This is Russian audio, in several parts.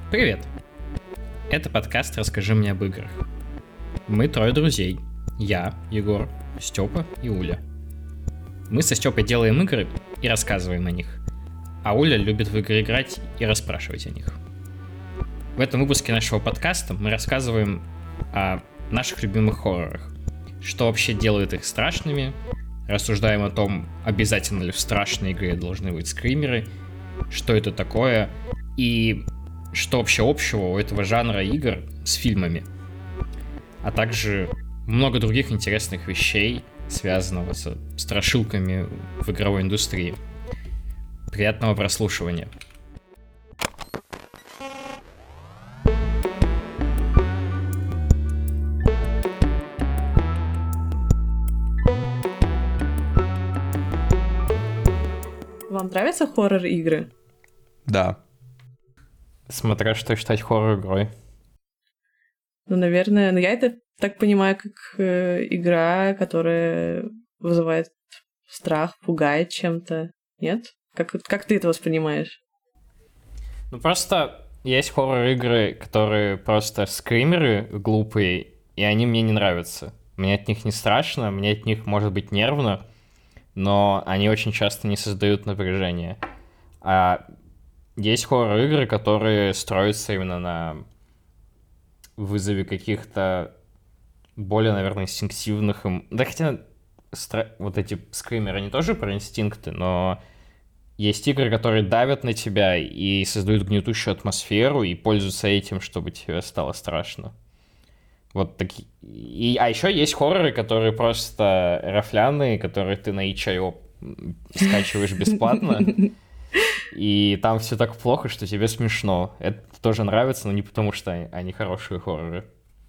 Привет! Это подкаст «Расскажи мне об играх». Мы трое друзей. Я, Егор, Степа и Уля. Мы со Степой делаем игры и рассказываем о них. А Уля любит в игры играть и расспрашивать о них. В этом выпуске нашего подкаста мы рассказываем о наших любимых хоррорах. Что вообще делает их страшными. Рассуждаем о том, обязательно ли в страшной игре должны быть скримеры. Что это такое. И что вообще общего у этого жанра игр с фильмами. А также много других интересных вещей, связанного со страшилками в игровой индустрии. Приятного прослушивания. Вам нравятся хоррор-игры? Да. Смотря что считать хоррор-игрой. Ну, наверное, я это так понимаю, как игра, которая вызывает страх, пугает чем-то. Нет? Как ты это воспринимаешь? Ну, просто есть хоррор-игры, которые просто скримеры глупые, и они мне не нравятся. Мне от них не страшно, мне от них может быть нервно, но они очень часто не создают напряжения. А есть хоррор-игры, которые строятся именно на вызове каких-то более, наверное, инстинктивных... Да хотя вот эти скримеры, они тоже про инстинкты, но есть игры, которые давят на тебя и создают гнетущую атмосферу и пользуются этим, чтобы тебе стало страшно. Вот такие. А еще есть хорроры, которые просто рафляные, которые ты на itch.io скачиваешь бесплатно. И там все так плохо, что тебе смешно. Это тоже нравится, но не потому, что они хорошие хорроры.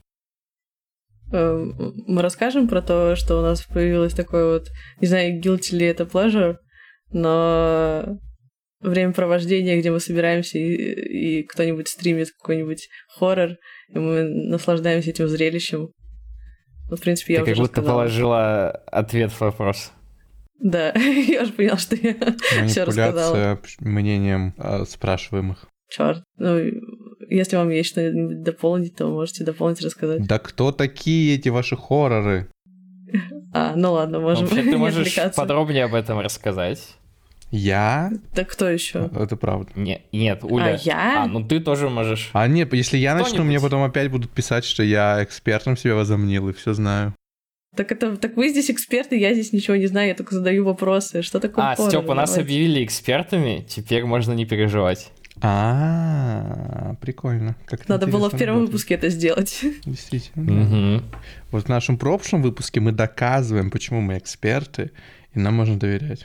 Мы расскажем про то, что у нас появилось такое вот... Не знаю, guilty ли это pleasure, но времяпровождение, где мы собираемся и кто-нибудь стримит какой-нибудь хоррор, и мы наслаждаемся этим зрелищем. Ну, в принципе, я ты уже как будто рассказала. положила ответ в вопрос. Да, я уже поняла, что я все рассказала. Манипуляция мнением спрашиваемых. Черт, ну, если вам есть что-нибудь дополнить, то можете дополнить, рассказать. Да кто такие эти ваши хорроры? Ну ладно, можем Вообще, ты не можешь отвлекаться. подробнее об этом рассказать? Я? Да кто еще? Это правда. Нет, Уля. Я? Ну ты тоже можешь. Нет, если я начну, Кто-нибудь. мне потом опять будут писать, что я экспертом себя возомнил и все знаю. Так вы здесь эксперты, я здесь ничего не знаю, я только задаю вопросы. Что такое хоррор? Стёпа, нас Давайте. объявили экспертами, теперь можно не переживать. Прикольно. Как это Надо было в интересно первом работает. выпуске это сделать. Действительно. Мгм. Вот в нашем прошлом выпуске мы доказываем, почему мы эксперты, и нам можно доверять.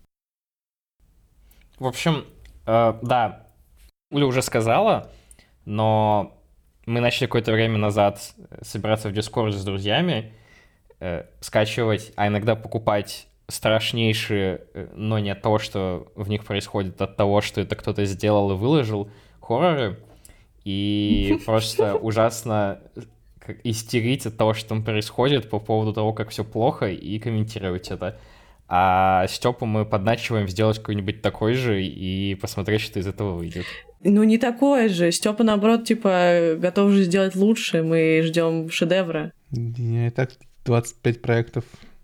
В общем, да, Уля уже сказала, но мы начали какое-то время назад собираться в Дискорде с друзьями, скачивать, а иногда покупать страшнейшие, но не от того, что в них происходит, а от того, что это кто-то сделал и выложил, хорроры, и просто ужасно истерить от того, что там происходит по поводу того, как все плохо, и комментировать это. А Степу мы подначиваем сделать какой-нибудь такой же и посмотреть, что из этого выйдет. Ну, не такое же. Степа, наоборот, типа, готов же сделать лучше. Мы ждем шедевра. Я и так 25 проектов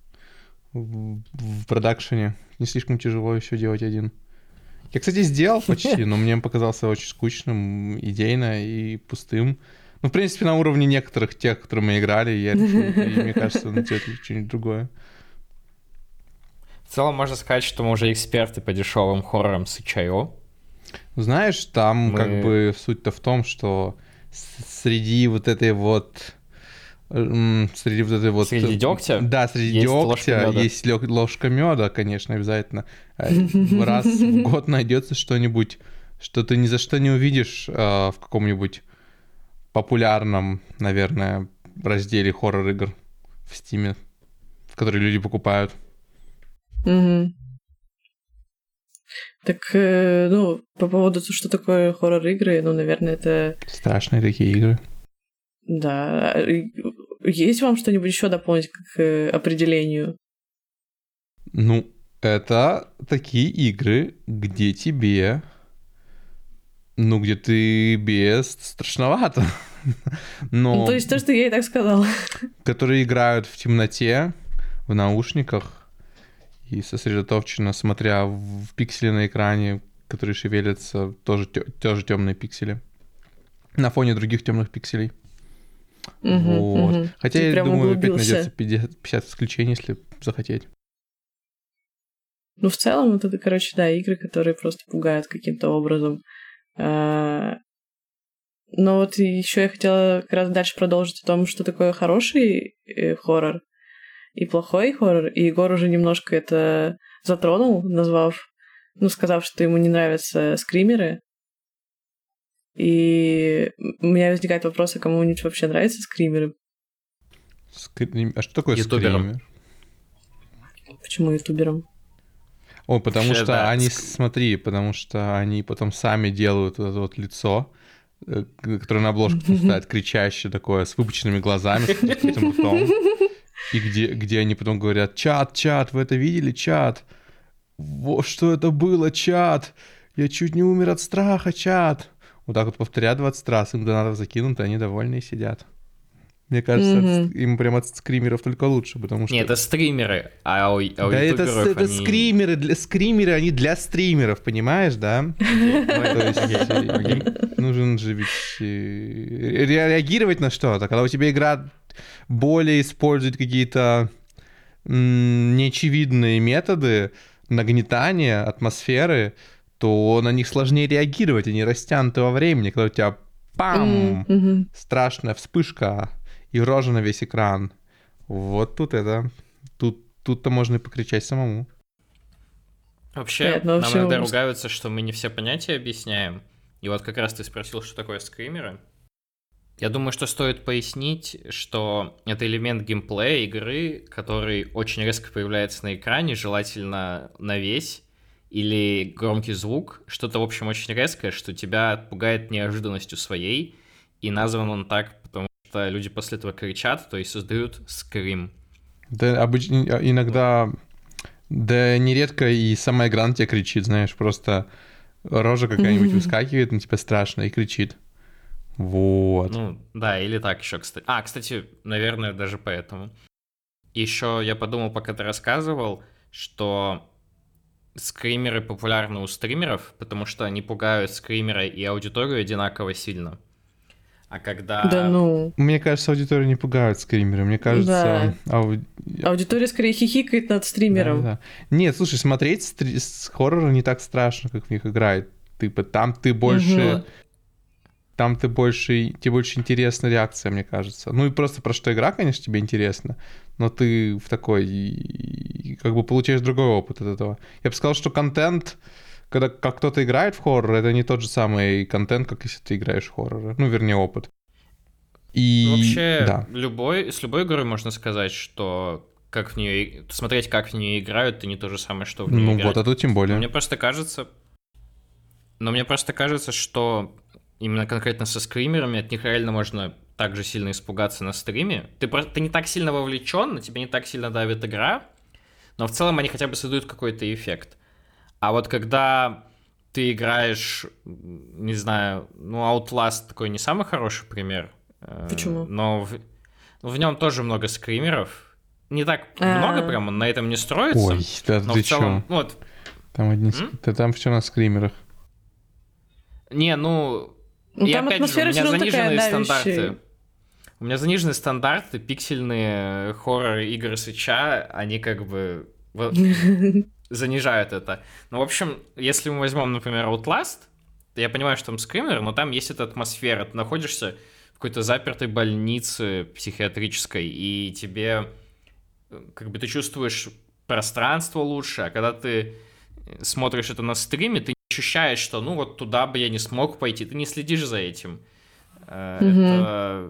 в продакшене. Не слишком тяжело еще делать один. Я, кстати, сделал почти, но мне показался очень скучным, идейно и пустым. Ну, в принципе, на уровне некоторых тех, которые мы играли, я решил, и мне кажется, он делает что-нибудь другое. В целом можно сказать, что мы уже эксперты по дешевым хоррорам с itch.io. Знаешь, там как бы суть-то в том, что среди вот этой вот... Среди дегтя? Да, среди дегтя есть ложка меда, конечно, обязательно. Раз в год найдется что-нибудь, что ты ни за что не увидишь в каком-нибудь популярном, наверное, разделе хоррор-игр в Стиме, которые люди покупают. Угу. Так, по поводу, что такое хоррор-игры, наверное, это... Страшные такие игры. Да. Есть вам что-нибудь еще дополнить к определению? Ну, это такие игры, где тебе Ну, где ты без, страшновато. Но Ну, то есть то, что я и так сказала. которые играют в темноте, в наушниках и сосредоточенно смотря в пиксели на экране, которые шевелятся, тоже темные пиксели. На фоне других темных пикселей. Вот. Хотя, Ты я прям думаю, опять углубился. найдется 50 исключений, если захотеть. Ну, в целом, вот это, короче, да, игры, которые просто пугают каким-то образом. Но вот еще я хотела как раз дальше продолжить о том, что такое хороший хоррор и плохой хоррор. И Егор уже немножко это затронул, сказав, что ему не нравятся скримеры. И у меня возникает вопрос, а кому-нибудь вообще нравятся скримеры? А что такое Ютуберам. скример? Почему ютуберам? О, потому Вообще, что да. они, смотри, потому что они потом сами делают вот это вот лицо, которое на обложку ставят, кричащее такое, с выпученными глазами, с открытым ртом. И где они потом говорят: чат, вы это видели, чат? Что это было, чат? Я чуть не умер от страха, чат. Вот так вот повторяют 20 раз, им донатов закинут, и они довольные сидят. Мне кажется, им прям от скримеров только лучше, потому что... Нет, это стримеры, а у да ютуберов это они... скримеры, они для стримеров, понимаешь, да? То есть нужен же ведь реагировать на что-то. Когда у тебя игра более использует какие-то неочевидные методы нагнетания атмосферы, то на них сложнее реагировать, они растянуты во времени. Когда у тебя пам, страшная вспышка и рожа на весь экран. Вот тут-то можно и покричать самому. Вообще, нам иногда ругаются, что мы не все понятия объясняем. И вот как раз ты спросил, что такое скримеры. Я думаю, что стоит пояснить, что это элемент геймплея игры, который очень резко появляется на экране, желательно на весь, или громкий звук, что-то, в общем, очень резкое, что тебя пугает неожиданностью своей, и назван он так, потому что люди после этого кричат, то есть создают скрим. Да, иногда, да, нередко и сама игра на тебя кричит, знаешь, просто рожа какая-нибудь выскакивает на тебя страшно и кричит. Вот. Ну, да, или так еще, кстати. Кстати, наверное, даже поэтому. Еще я подумал, пока ты рассказывал, что скримеры популярны у стримеров, потому что они пугают скримера и аудиторию одинаково сильно. А когда... Да ну... Мне кажется, аудиторию не пугают скримеры. Мне кажется... Да. Аудитория скорее хихикает над стримером. Да. Нет, слушай, смотреть хорроры не так страшно, как в них играет. Типа, там ты больше... Тебе больше интересна реакция, мне кажется. Ну и просто про что игра, конечно, тебе интересно, но ты в такой, как бы получаешь другой опыт от этого. Я бы сказал, что контент, когда как кто-то играет в хоррор, это не тот же самый контент, как если ты играешь в хоррор. Ну, вернее, опыт. И... Вообще, да. с любой игрой можно сказать, что смотреть, как в нее играют, это не то же самое, что в нее играть. Ну вот, а тут тем более. Но мне просто кажется, что именно конкретно со скримерами от них реально можно так же сильно испугаться на стриме. Ты не так сильно вовлечен, на тебя не так сильно давит игра, но в целом они хотя бы создают какой-то эффект. А вот когда ты играешь, не знаю, Outlast такой не самый хороший пример. Почему? Но в нем тоже много скримеров. Не так много прям, он на этом не строится. Ой, да но ты в целом, чё? Там все на скримерах. Не, и там опять же, у меня заниженные стандарты. У меня заниженные стандарты, пиксельные хоррор-игры Свитча, они как бы занижают это. Ну, в общем, если мы возьмем, например, Outlast, я понимаю, что там скример, но там есть эта атмосфера. Ты находишься в какой-то запертой больнице психиатрической, и тебе как бы ты чувствуешь пространство лучше, а когда ты смотришь это на стриме, ты ощущаешь, что вот туда бы я не смог пойти, ты не следишь за этим. Это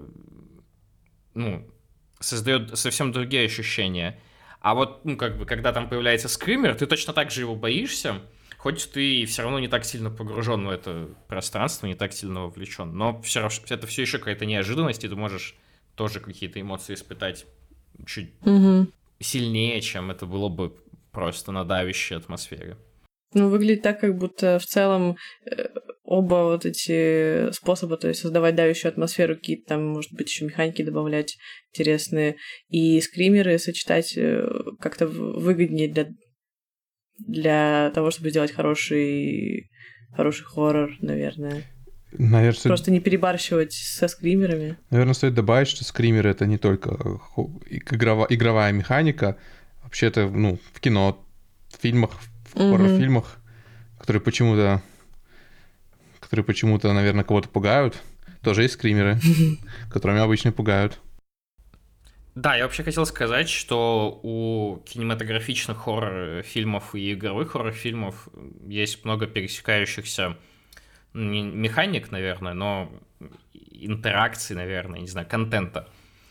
создает совсем другие ощущения. А вот, когда там появляется скример, ты точно так же его боишься, хоть ты все равно не так сильно погружен в это пространство, не так сильно вовлечен. Но это все еще какая-то неожиданность, и ты можешь тоже какие-то эмоции испытать чуть сильнее, чем это было бы просто на давящей атмосфере. Выглядит так, как будто в целом оба вот эти способа, то есть создавать давящую атмосферу, какие-то там, может быть, еще механики добавлять интересные, и скримеры сочетать как-то выгоднее для того, чтобы сделать хороший хоррор, наверное. Наверное, просто не перебарщивать со скримерами. Наверное, стоит добавить, что скримеры — это не только игровая механика. Вообще это, в кино, в фильмах, в хоррор-фильмах, которые почему-то, наверное, кого-то пугают. Тоже есть скримеры, которыми обычно пугают. Да, я вообще хотел сказать, что у кинематографичных хоррор-фильмов и игровых хоррор-фильмов есть много пересекающихся не механик, наверное, но интеракций, наверное, не знаю, контента.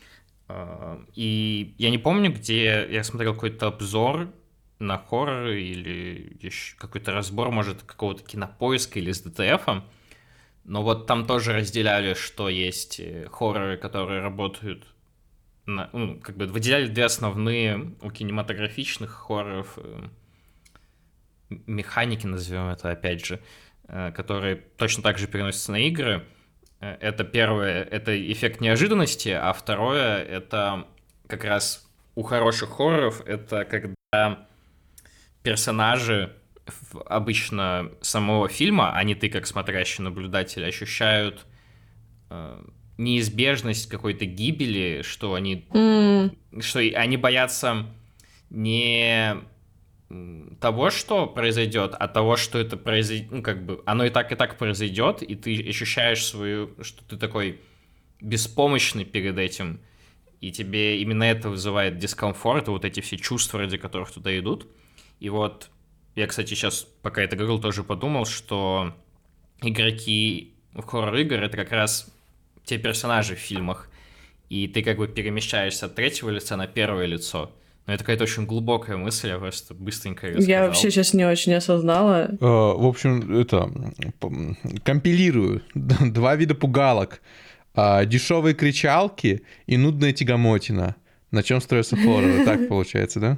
И я не помню, где я смотрел какой-то обзор на хоррор или какой-то разбор, может, какого-то Кинопоиска или с ДТФом, но вот там тоже разделяли, что есть хорроры, которые работают выделяли две основные у кинематографичных хорроров механики, назовем это опять же, которые точно так же переносятся на игры. Это первое, это эффект неожиданности, а второе, это как раз у хороших хорроров, это когда персонажи обычно самого фильма, а не ты как смотрящий наблюдатель, ощущают неизбежность какой-то гибели, что они боятся не того, что произойдет, а того, что это произойдет, оно и так произойдет, и ты ощущаешь что ты такой беспомощный перед этим, и тебе именно это вызывает дискомфорт, и вот эти все чувства, ради которых туда идут. И вот я, кстати, сейчас, пока это говорил, тоже подумал, что игроки в хоррор-игр — это как раз те персонажи в фильмах, и ты перемещаешься от третьего лица на первое лицо. Но это какая-то очень глубокая мысль, я просто быстренько ее сказал. Я вообще сейчас не очень осознала. В общем, компилирую. Два вида пугалок. Дешевые кричалки и нудная тягомотина. На чем строятся хорроры. Так получается, да?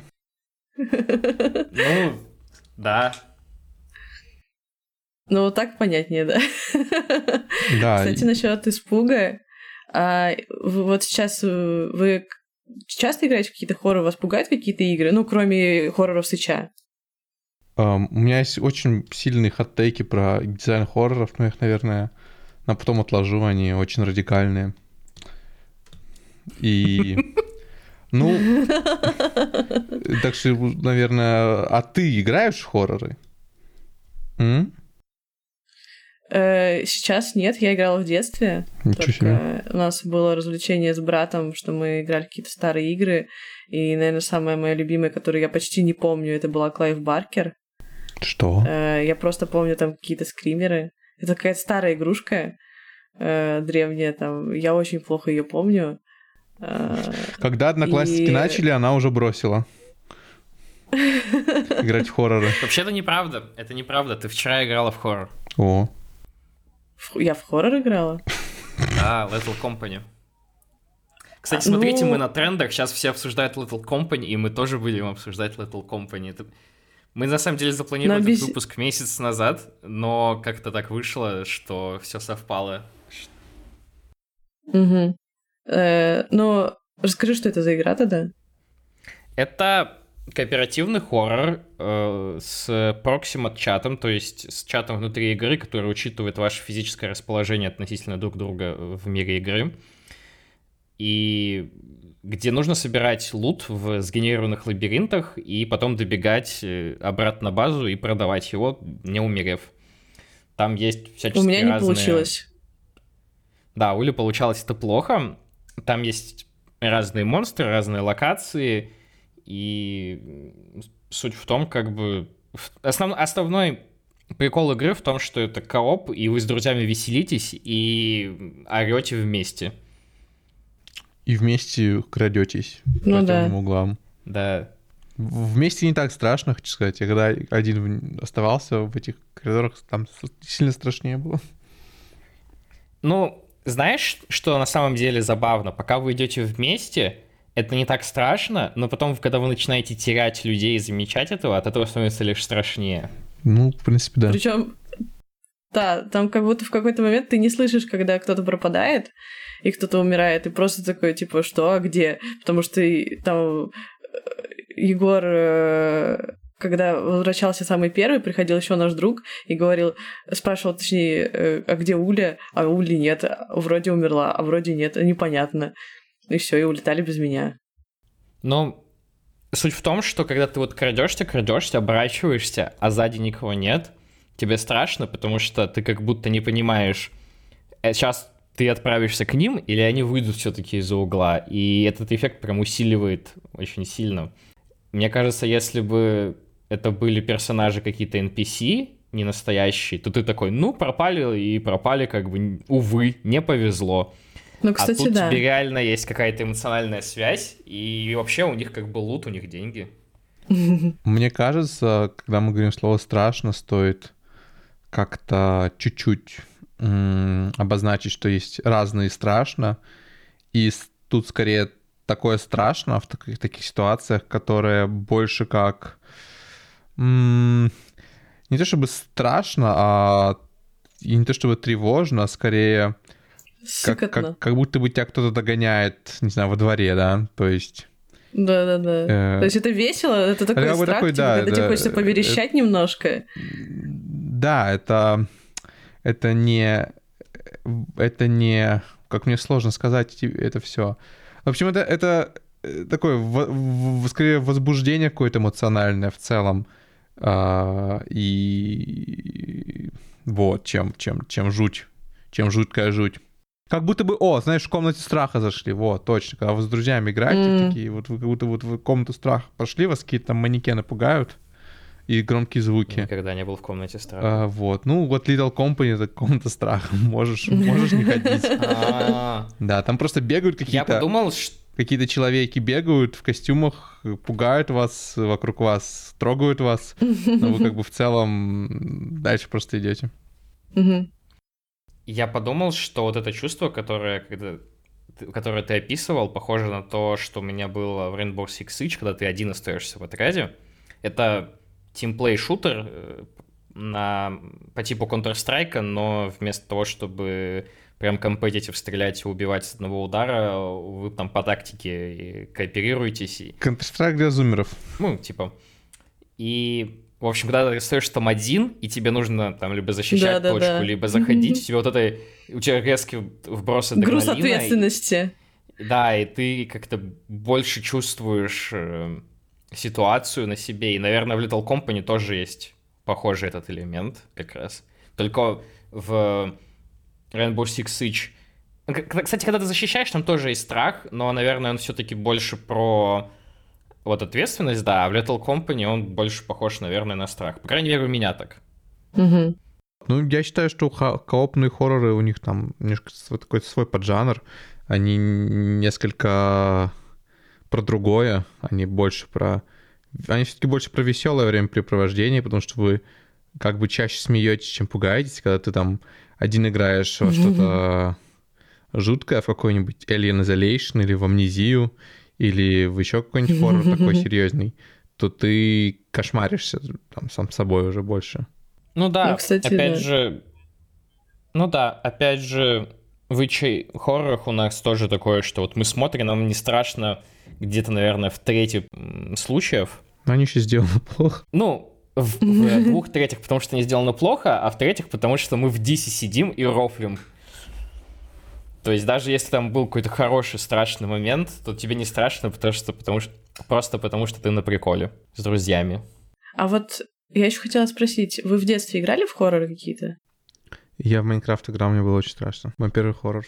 Ну, да. Ну, так понятнее, да. Да. Кстати, насчет испуга. Вот сейчас вы часто играете в какие-то хорроры? Вас пугают какие-то игры? Ну, кроме хорроров Сыча. У меня есть очень сильные хот-тейки про дизайн хорроров, но их, наверное, потом отложу, они очень радикальные. И... так что, наверное, а ты играешь в хорроры? Сейчас нет, я играла в детстве. Ничего себе. У нас было развлечение с братом, что мы играли в какие-то старые игры. И, наверное, самая моя любимая, которую я почти не помню, это была Клайв Баркер. Что? Я просто помню там какие-то скримеры. Это какая-то старая игрушка древняя там. Я очень плохо ее помню. Когда одноклассники начали, она уже бросила играть в хорроры. Вообще это неправда. Это неправда. Ты вчера играла в хоррор. О. Я в хоррор играла? Да, Little Company. Кстати, смотрите, мы на трендах. Сейчас все обсуждают Little Company, и мы тоже будем обсуждать Little Company. Мы, на самом деле, запланировали этот выпуск месяц назад, но как-то так вышло, что все совпало. Угу. Ну, расскажи, что это за игра тогда? Это кооперативный хоррор с проксимат-чатом, то есть с чатом внутри игры, который учитывает ваше физическое расположение относительно друг друга в мире игры. И где нужно собирать лут в сгенерированных лабиринтах и потом добегать обратно на базу и продавать его, не умерев. Там есть всяческие разные... У меня не получилось. Да, у Ули получалось это плохо. Там есть разные монстры, разные локации, и суть в том, основной прикол игры в том, что это кооп, и вы с друзьями веселитесь и орете вместе. И вместе крадетесь по темным углам. Да. Вместе не так страшно, хочу сказать. Я когда один оставался в этих коридорах, там сильно страшнее было. Ну, знаешь, что на самом деле забавно? Пока вы идете вместе, это не так страшно, но потом, когда вы начинаете терять людей и замечать этого, от этого становится лишь страшнее. Ну, в принципе, да. Причем Да, там как будто в какой-то момент ты не слышишь, когда кто-то пропадает и кто-то умирает, и просто такой, типа, что, а где? Потому что там Егор, когда возвращался самый первый, приходил еще наш друг и говорил, спрашивал, точнее, а где Уля? А Ули нет, вроде умерла, а вроде нет, непонятно. И все, и улетали без меня. Но суть в том, что когда ты вот крадешься, оборачиваешься, а сзади никого нет, тебе страшно, потому что ты как будто не понимаешь, сейчас ты отправишься к ним, или они выйдут все-таки из-за угла. И этот эффект прям усиливает очень сильно. Мне кажется, если бы это были персонажи какие-то NPC, не настоящие, то ты такой, ну, пропали и пропали, как бы, увы, не повезло. Ну, кстати, а тут да. тебе реально есть какая-то эмоциональная связь, и вообще у них как бы лут, у них деньги. Мне кажется, когда мы говорим слово «страшно», стоит как-то чуть-чуть обозначить, что есть разные «страшно», и тут скорее такое страшно в таких ситуациях, которые больше как... не то чтобы страшно, а и не то чтобы тревожно, а скорее как будто бы тебя кто-то догоняет, не знаю, во дворе, да, то есть... Да-да-да. То есть это весело, это такой страх, такой, типа, да, когда тебе хочется поверещать немножко. Да, это не... Как мне сложно сказать это все. В общем, это такое, скорее, возбуждение какое-то эмоциональное в целом. И вот, чем жуть, чем жуткая жуть. Как будто бы, знаешь, в комнате страха зашли, вот, точно. Когда вы с друзьями играете, такие, вот вы как будто вот в комнату страха пошли, вас какие-то там манекены пугают, и громкие звуки. Никогда не был в комнате страха. Вот, ну, вот Little Company — это комната страха, можешь не ходить. Да, там просто бегают какие-то... Я подумал, что... Какие-то человеки бегают в костюмах, пугают вас, вокруг вас, трогают вас, но вы как бы в целом дальше просто идете. Я подумал, что вот это чувство, которое ты описывал, похоже на то, что у меня было в Rainbow Six Siege, когда ты один остаешься в отряде. Это тимплей-шутер по типу Counter-Strike, но вместо того, чтобы прям компетитив стрелять и убивать с одного удара, вы там по тактике кооперируетесь. Counter-Strike для зумеров. Ну, типа. И, в общем, когда ты остаешься там один, и тебе нужно там либо защищать точку, либо заходить, у тебя резкий вброс адреналина. Груз ответственности. Да, и ты как-то больше чувствуешь ситуацию на себе. И, наверное, в Little Company тоже есть похожий этот элемент как раз. Только в Rainbow Six Siege... Кстати, когда ты защищаешь, там тоже есть страх, но, наверное, он все-таки больше про вот ответственность, да, а в Little Company он больше похож, наверное, на страх. По крайней мере, у меня так. Ну, я считаю, что коопные хорроры, у них там немножко такой свой поджанр. Они несколько про другое, они все-таки больше про веселое времяпрепровождение, потому что вы как бы чаще смеетесь, чем пугаетесь, когда ты там один играешь во что-то жуткое, в какой-нибудь Alien Isolation или в Амнезию, или в еще какой-нибудь хоррор такой серьезный, то ты кошмаришься там сам собой уже больше. Ну да, ну, кстати, опять же, в хоррорах у нас тоже такое, что вот мы смотрим, нам не страшно где-то, наверное, в трети случаев. Но они еще сделаны плохо. Ну, в 2/3, потому что они сделаны плохо, а в 3, потому что мы в Дисе сидим и рофлим. То есть даже если там был какой-то хороший, страшный момент, то тебе не страшно, просто потому что ты на приколе с друзьями. А вот я еще хотела спросить, вы в детстве играли в хорроры какие-то? Я в Майнкрафт играл, мне было очень страшно. Мой первый хоррор.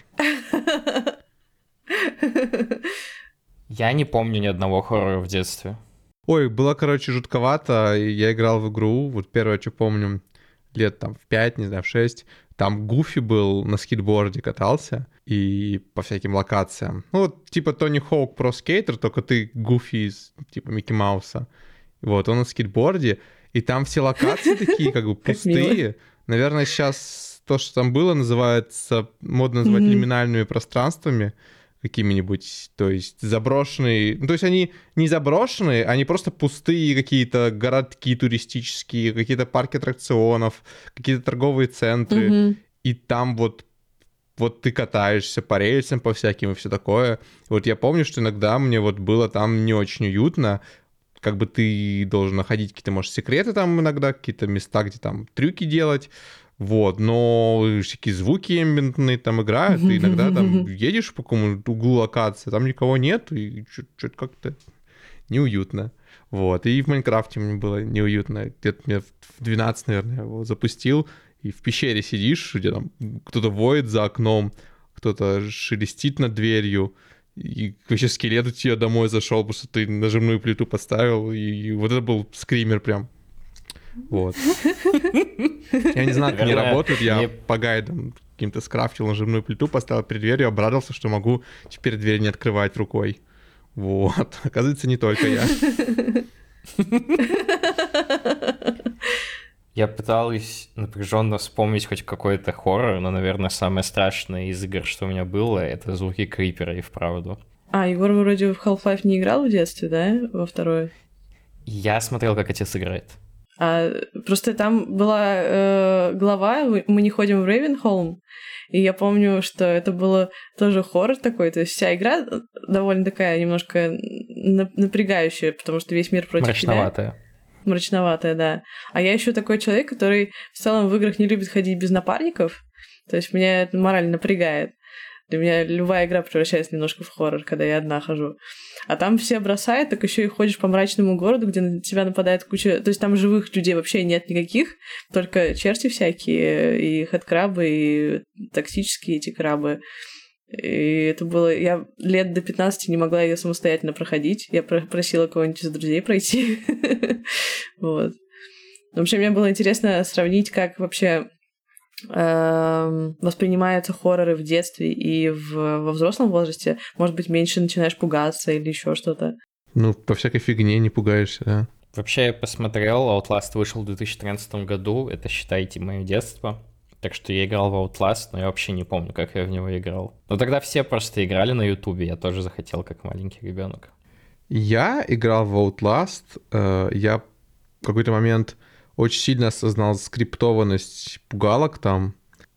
Я не помню ни одного хоррора в детстве. Ой, было, короче, жутковато. Я играл в игру, вот первое, что помню, лет там в 5, не знаю, в 6. Там Гуфи был, на скейтборде катался и по всяким локациям. Ну, вот типа Тони Хоук про скейтер, только ты Гуфи из типа Микки Мауса. Вот, он на скейтборде, и там все локации такие как бы пустые. Наверное, сейчас то, что там было, модно называть лиминальными пространствами, какими-нибудь, то есть заброшенные, ну, то есть они не заброшенные, они просто пустые какие-то городки туристические, какие-то парки аттракционов, какие-то торговые центры, и там вот ты катаешься по рельсам, по всяким и все такое. Вот я помню, что иногда мне вот было там не очень уютно, как бы ты должен находить какие-то, может, секреты там иногда, какие-то места, где там трюки делать, вот, но всякие звуки эмбиентные там играют, и иногда там едешь по какому-то углу локации, там никого нет, и что-то как-то неуютно. Вот, и в Майнкрафте мне было неуютно. Где-то мне в 12, наверное, его запустил, и в пещере сидишь, где там кто-то воет за окном, кто-то шелестит над дверью, и вообще скелет у тебя домой зашел, потому что ты нажимную плиту поставил, и вот это был скример прям. Вот. Я не знаю, как они работают, я по гайдам каким-то скрафтил нажимную плиту, поставил перед дверью, обрадовался, что могу теперь дверь не открывать рукой. Вот. Оказывается, не только я. Я пытался напряженно вспомнить хоть какой-то хоррор, но, наверное, самое страшное из игр, что у меня было, это звуки крипера, и вправду. Егор вроде в Half-Life не играл в детстве, да? Во второй? Я смотрел, как отец играет. Просто там была глава «Мы не ходим в Рейвенхолм», и я помню, что это было тоже хоррор такой, то есть вся игра довольно такая немножко напрягающая, потому что весь мир против тебя. Мрачноватая, да. А я еще такой человек, который в целом в играх не любит ходить без напарников, то есть меня это морально напрягает. Для меня любая игра превращается немножко в хоррор, когда я одна хожу. А там все бросают, так еще и ходишь по мрачному городу, где на тебя нападает куча... То есть там живых людей вообще нет никаких, только черти всякие, и хэдкрабы, и токсические эти крабы. И это было... Я лет до 15 не могла ее самостоятельно проходить. Я просила кого-нибудь из друзей пройти. Вот. В общем, мне было интересно сравнить, как вообще воспринимаются хорроры в детстве и во взрослом возрасте. Может быть, меньше начинаешь пугаться или еще что-то. Ну, по всякой фигне не пугаешься, да. Вообще, я посмотрел, Outlast вышел в 2013 году, это, считайте, мое детство. Так что я играл в Outlast, но я вообще не помню, как я в него играл. Но тогда все просто играли на Ютубе, я тоже захотел, как маленький ребенок. Я играл в Outlast, я в какой-то момент очень сильно осознал скриптованность пугалок там,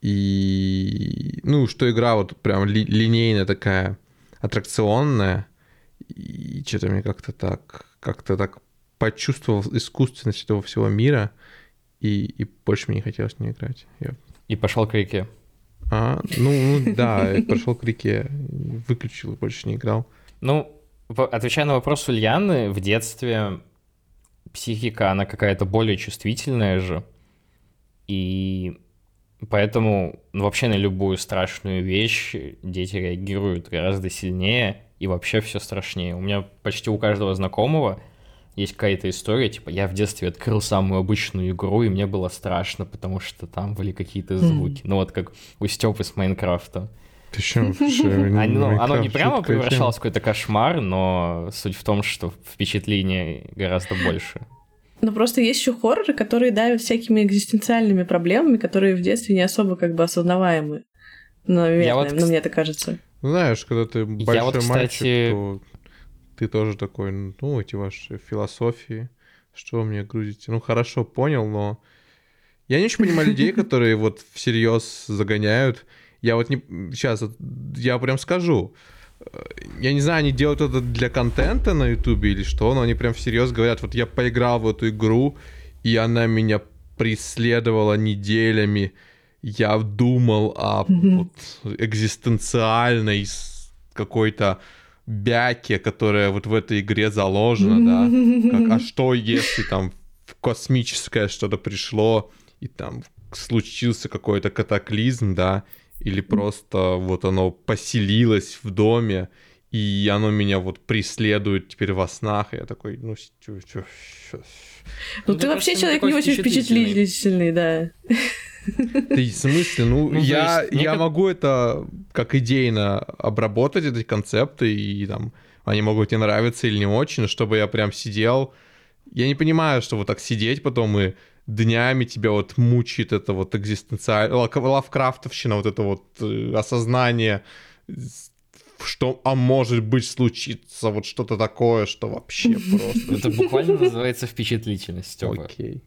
и, ну, что игра вот прям линейная такая, аттракционная, и что-то мне как-то так почувствовал искусственность этого всего мира, и больше мне не хотелось не играть. И пошел к реке. Ну да, я пошел к реке, выключил и больше не играл. Ну, отвечая на вопрос Ульяны, в детстве психика, она какая-то более чувствительная же, и поэтому вообще на любую страшную вещь дети реагируют гораздо сильнее, и вообще все страшнее. У меня почти у каждого знакомого есть какая-то история, типа, я в детстве открыл самую обычную игру, и мне было страшно, потому что там были какие-то звуки. Ну вот как у Стёпы с Майнкрафта. Ты что? Оно не прямо превращалось в какой-то кошмар, но суть в том, что впечатлений гораздо больше. Но просто есть еще хорроры, которые давят всякими экзистенциальными проблемами, которые в детстве не особо как бы осознаваемы. Наверное, мне так кажется. Знаешь, когда ты большой мальчик, то ты тоже такой, ну, эти ваши философии, что вы мне грузите? Ну, хорошо, понял, но я не очень понимаю людей, которые вот всерьез загоняют. Я вот не... Сейчас, я прям скажу. Я не знаю, они делают это для контента на Ютубе или что, но они прям всерьез говорят, вот я поиграл в эту игру, и она меня преследовала неделями. Я думал о вот экзистенциальной какой-то бяке, которая вот в этой игре заложена, да. Как, а что, если там космическое что-то пришло, и там случился какой-то катаклизм, да, или просто вот оно поселилось в доме, и оно меня вот преследует теперь во снах, и я такой, ну, чё. Ну, ты вообще человек не очень впечатлительный, да. Ты в смысле? Ну я могу это как идейно обработать, эти концепты, и там они могут тебе нравиться или не очень, но чтобы я прям сидел... Я не понимаю, что вот так сидеть потом и днями тебя вот мучает это вот лавкрафтовщина, вот это вот осознание что, а может быть, случится вот что-то такое, что вообще просто... Это буквально называется впечатлительность, Стёпа. Окей.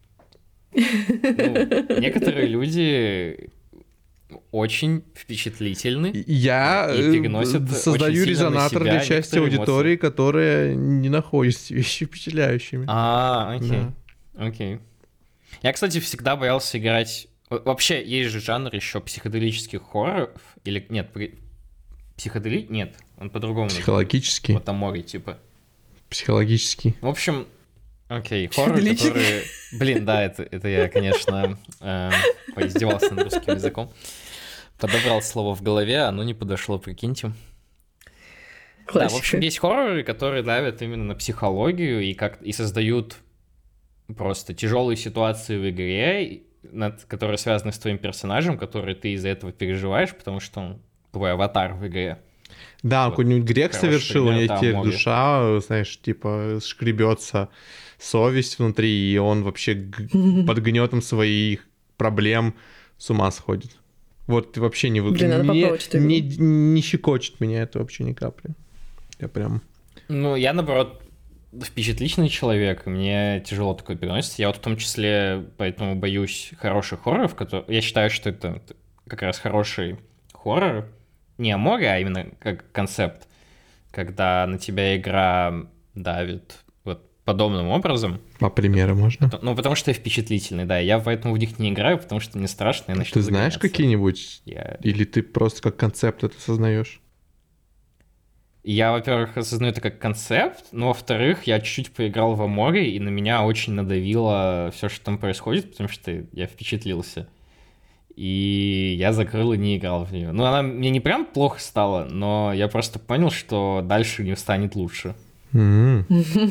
Некоторые люди очень впечатлительны. Я создаю резонатор для части аудитории, которая не находит вещи впечатляющими. Окей. Я, кстати, всегда боялся играть... Вообще, есть же жанр еще психоделических хорроров. Или нет, Нет, он по-другому. Психологический. Вот Амори, типа. Психологический. В общем, окей, хорроры, которые... Блин, да, это я, конечно, поиздевался над русским языком. Подобрал слово в голове, оно не подошло, прикиньте. Классика. Да, в общем, есть хорроры, которые давят именно на психологию и создают просто тяжелые ситуации в игре, которые связаны с твоим персонажем, которые ты из-за этого переживаешь, потому что он твой аватар в игре. Да, вот. Какой-нибудь грех совершил, у него теперь душа, знаешь, типа шкребется совесть внутри, и он вообще под гнетом своих проблем с ума сходит. Вот вообще не щекочет меня это вообще ни капли. Я прям... Ну, я, наоборот, впечатлительный человек, мне тяжело такое переносится. Я вот в том числе поэтому боюсь хороших хорроров, я считаю, что это как раз хороший хоррор, не Амори, а именно как концепт, когда на тебя игра давит вот подобным образом. А примеры можно? Ну, потому что я впечатлительный, да, я поэтому в них не играю, потому что мне страшно, я начну Ты знаешь какие-нибудь? Или ты просто как концепт это осознаешь? Я, во-первых, осознаю это как концепт, но, во-вторых, я чуть-чуть поиграл в Амори, и на меня очень надавило все, что там происходит, потому что я впечатлился. И я закрыл и не играл в нее. Ну, она мне не прям плохо стала, но я просто понял, что дальше не станет лучше. Блин,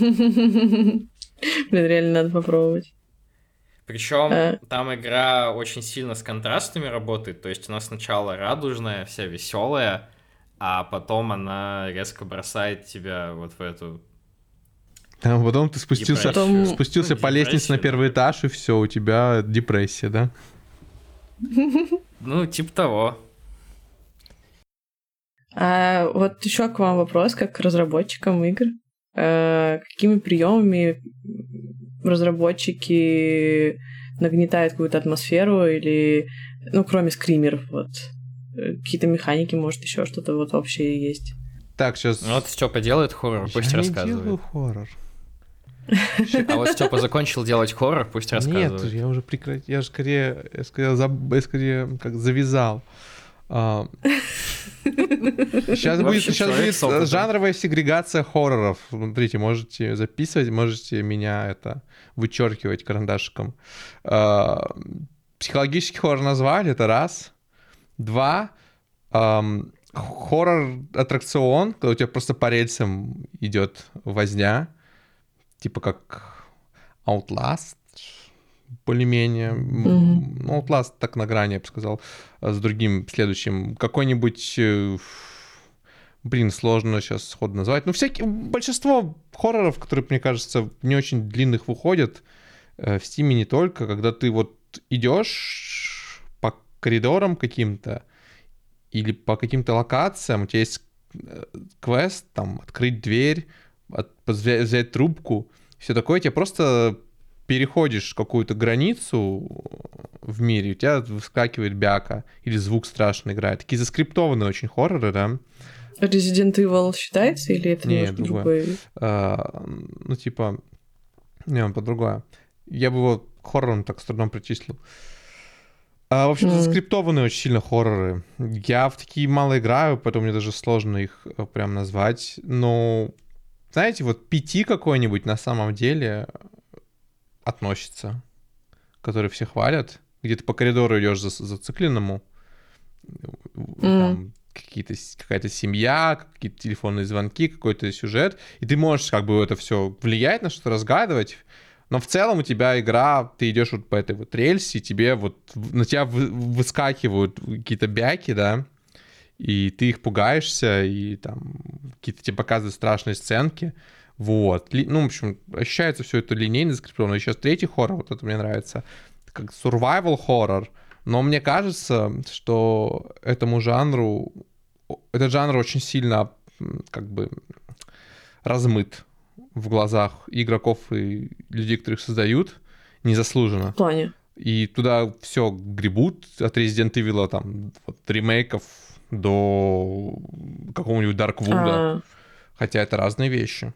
реально надо попробовать. Причем там игра очень сильно с контрастами работает. То есть она сначала радужная, вся веселая, а потом она резко бросает тебя вот в эту... А потом ты спустился по лестнице на первый этаж, и все, у тебя депрессия, да? Ну, типа того. А вот еще к вам вопрос, как к разработчикам игр. Какими приемами разработчики нагнетают какую-то атмосферу или, ну, кроме скримеров, вот, какие-то механики, может, еще что-то вот общее есть? Так, сейчас... Ну, вот Стёпа делает хоррор, пусть рассказывает. Я не делаю хоррор. А вот Стёпа закончил делать хоррор, пусть рассказывает. Нет, я уже прекратил. Я скорее как завязал. Сейчас будет жанровая сегрегация хорроров. Смотрите, можете записывать, можете меня вычеркивать карандашиком. Психологический хоррор назвали, это раз. Два. Хоррор-аттракцион, когда у тебя просто по рельсам идет возня. Типа как Outlast, более-менее. Ну, Outlast так на грани, я бы сказал, с другим следующим. Какой-нибудь... сложно сейчас сходу назвать. Ну, большинство хорроров, которые, мне кажется, не очень длинных выходят, в Стиме не только, когда ты вот идешь по коридорам каким-то или по каким-то локациям, у тебя есть квест, там, открыть дверь, взять трубку, все такое, тебе просто переходишь какую-то границу в мире, у тебя выскакивает бяка, или звук страшно играет. Такие заскриптованные очень хорроры, да. Resident Evil считается, или это немножко другой? Ну, типа, не, по-другое. Я бы его хоррором так с трудом причислил. В общем, заскриптованные очень сильно хорроры. Я в такие мало играю, поэтому мне даже сложно их прям назвать. Но, знаете, вот PT какой-нибудь на самом деле относится, который все хвалят. Где ты по коридору идешь зацикленному. Там какая-то семья, какие-то телефонные звонки, какой-то сюжет. И ты можешь как бы это все влиять на что-то, разгадывать. Но в целом у тебя игра, ты идешь вот по этой вот рельсе, тебе вот на тебя выскакивают какие-то бяки, да, и ты их пугаешься, и там какие-то тебе показывают страшные сценки. Вот. Ну, в общем, ощущается все это линейно закреплено. Еще третий хоррор, вот это мне нравится, как survival хоррор. Но мне кажется, что этому жанру этот жанр очень сильно как бы размыт в глазах игроков и людей, которые их создают, незаслуженно. В плане? И туда все гребут от Resident Evil, там, вот, ремейков до какого-нибудь Darkwood. Хотя это разные вещи.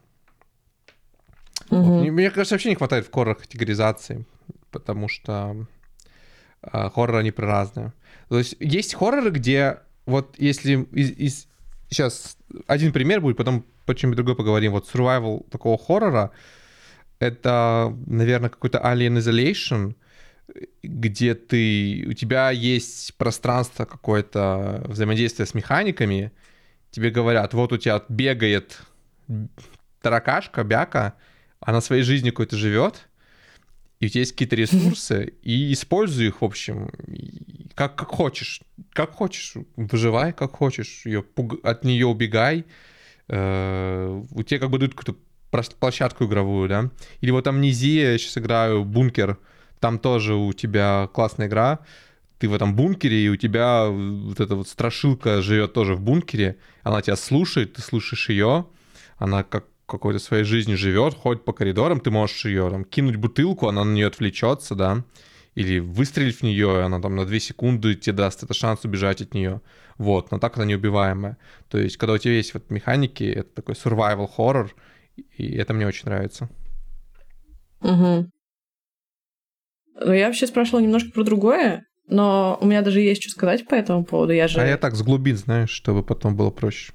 Вот. Мне кажется, вообще не хватает в хоррорах категоризации, потому что хорроры, они разные. То есть хорроры, где вот если сейчас один пример будет, потом по чем-нибудь другой поговорим. Вот survival такого хоррора — это, наверное, какой-то Alien Isolation, где у тебя есть пространство какое-то, взаимодействие с механиками, тебе говорят, вот у тебя бегает таракашка, бяка, она своей жизнью какой-то живет, и у тебя есть какие-то ресурсы, и используй их, в общем, как хочешь, выживай, как хочешь, от нее убегай, у тебя как бы дают какую-то площадку игровую, да, или вот Амнезия, я сейчас играю, Бункер, там тоже у тебя классная игра, ты в этом бункере, и у тебя вот эта вот страшилка живет тоже в бункере, она тебя слушает, ты слушаешь ее, она как какой-то своей жизнью живет, ходит по коридорам, ты можешь ее там кинуть бутылку, она на нее отвлечется, да, или выстрелить в нее, она там на 2 секунды тебе даст это шанс убежать от нее, вот, но так она неубиваемая. То есть, когда у тебя есть вот механики, это такой survival horror, и это мне очень нравится. Угу. Ну, я вообще спрашивала немножко про другое, но у меня даже есть что сказать по этому поводу. Я так с глубин, знаешь, чтобы потом было проще.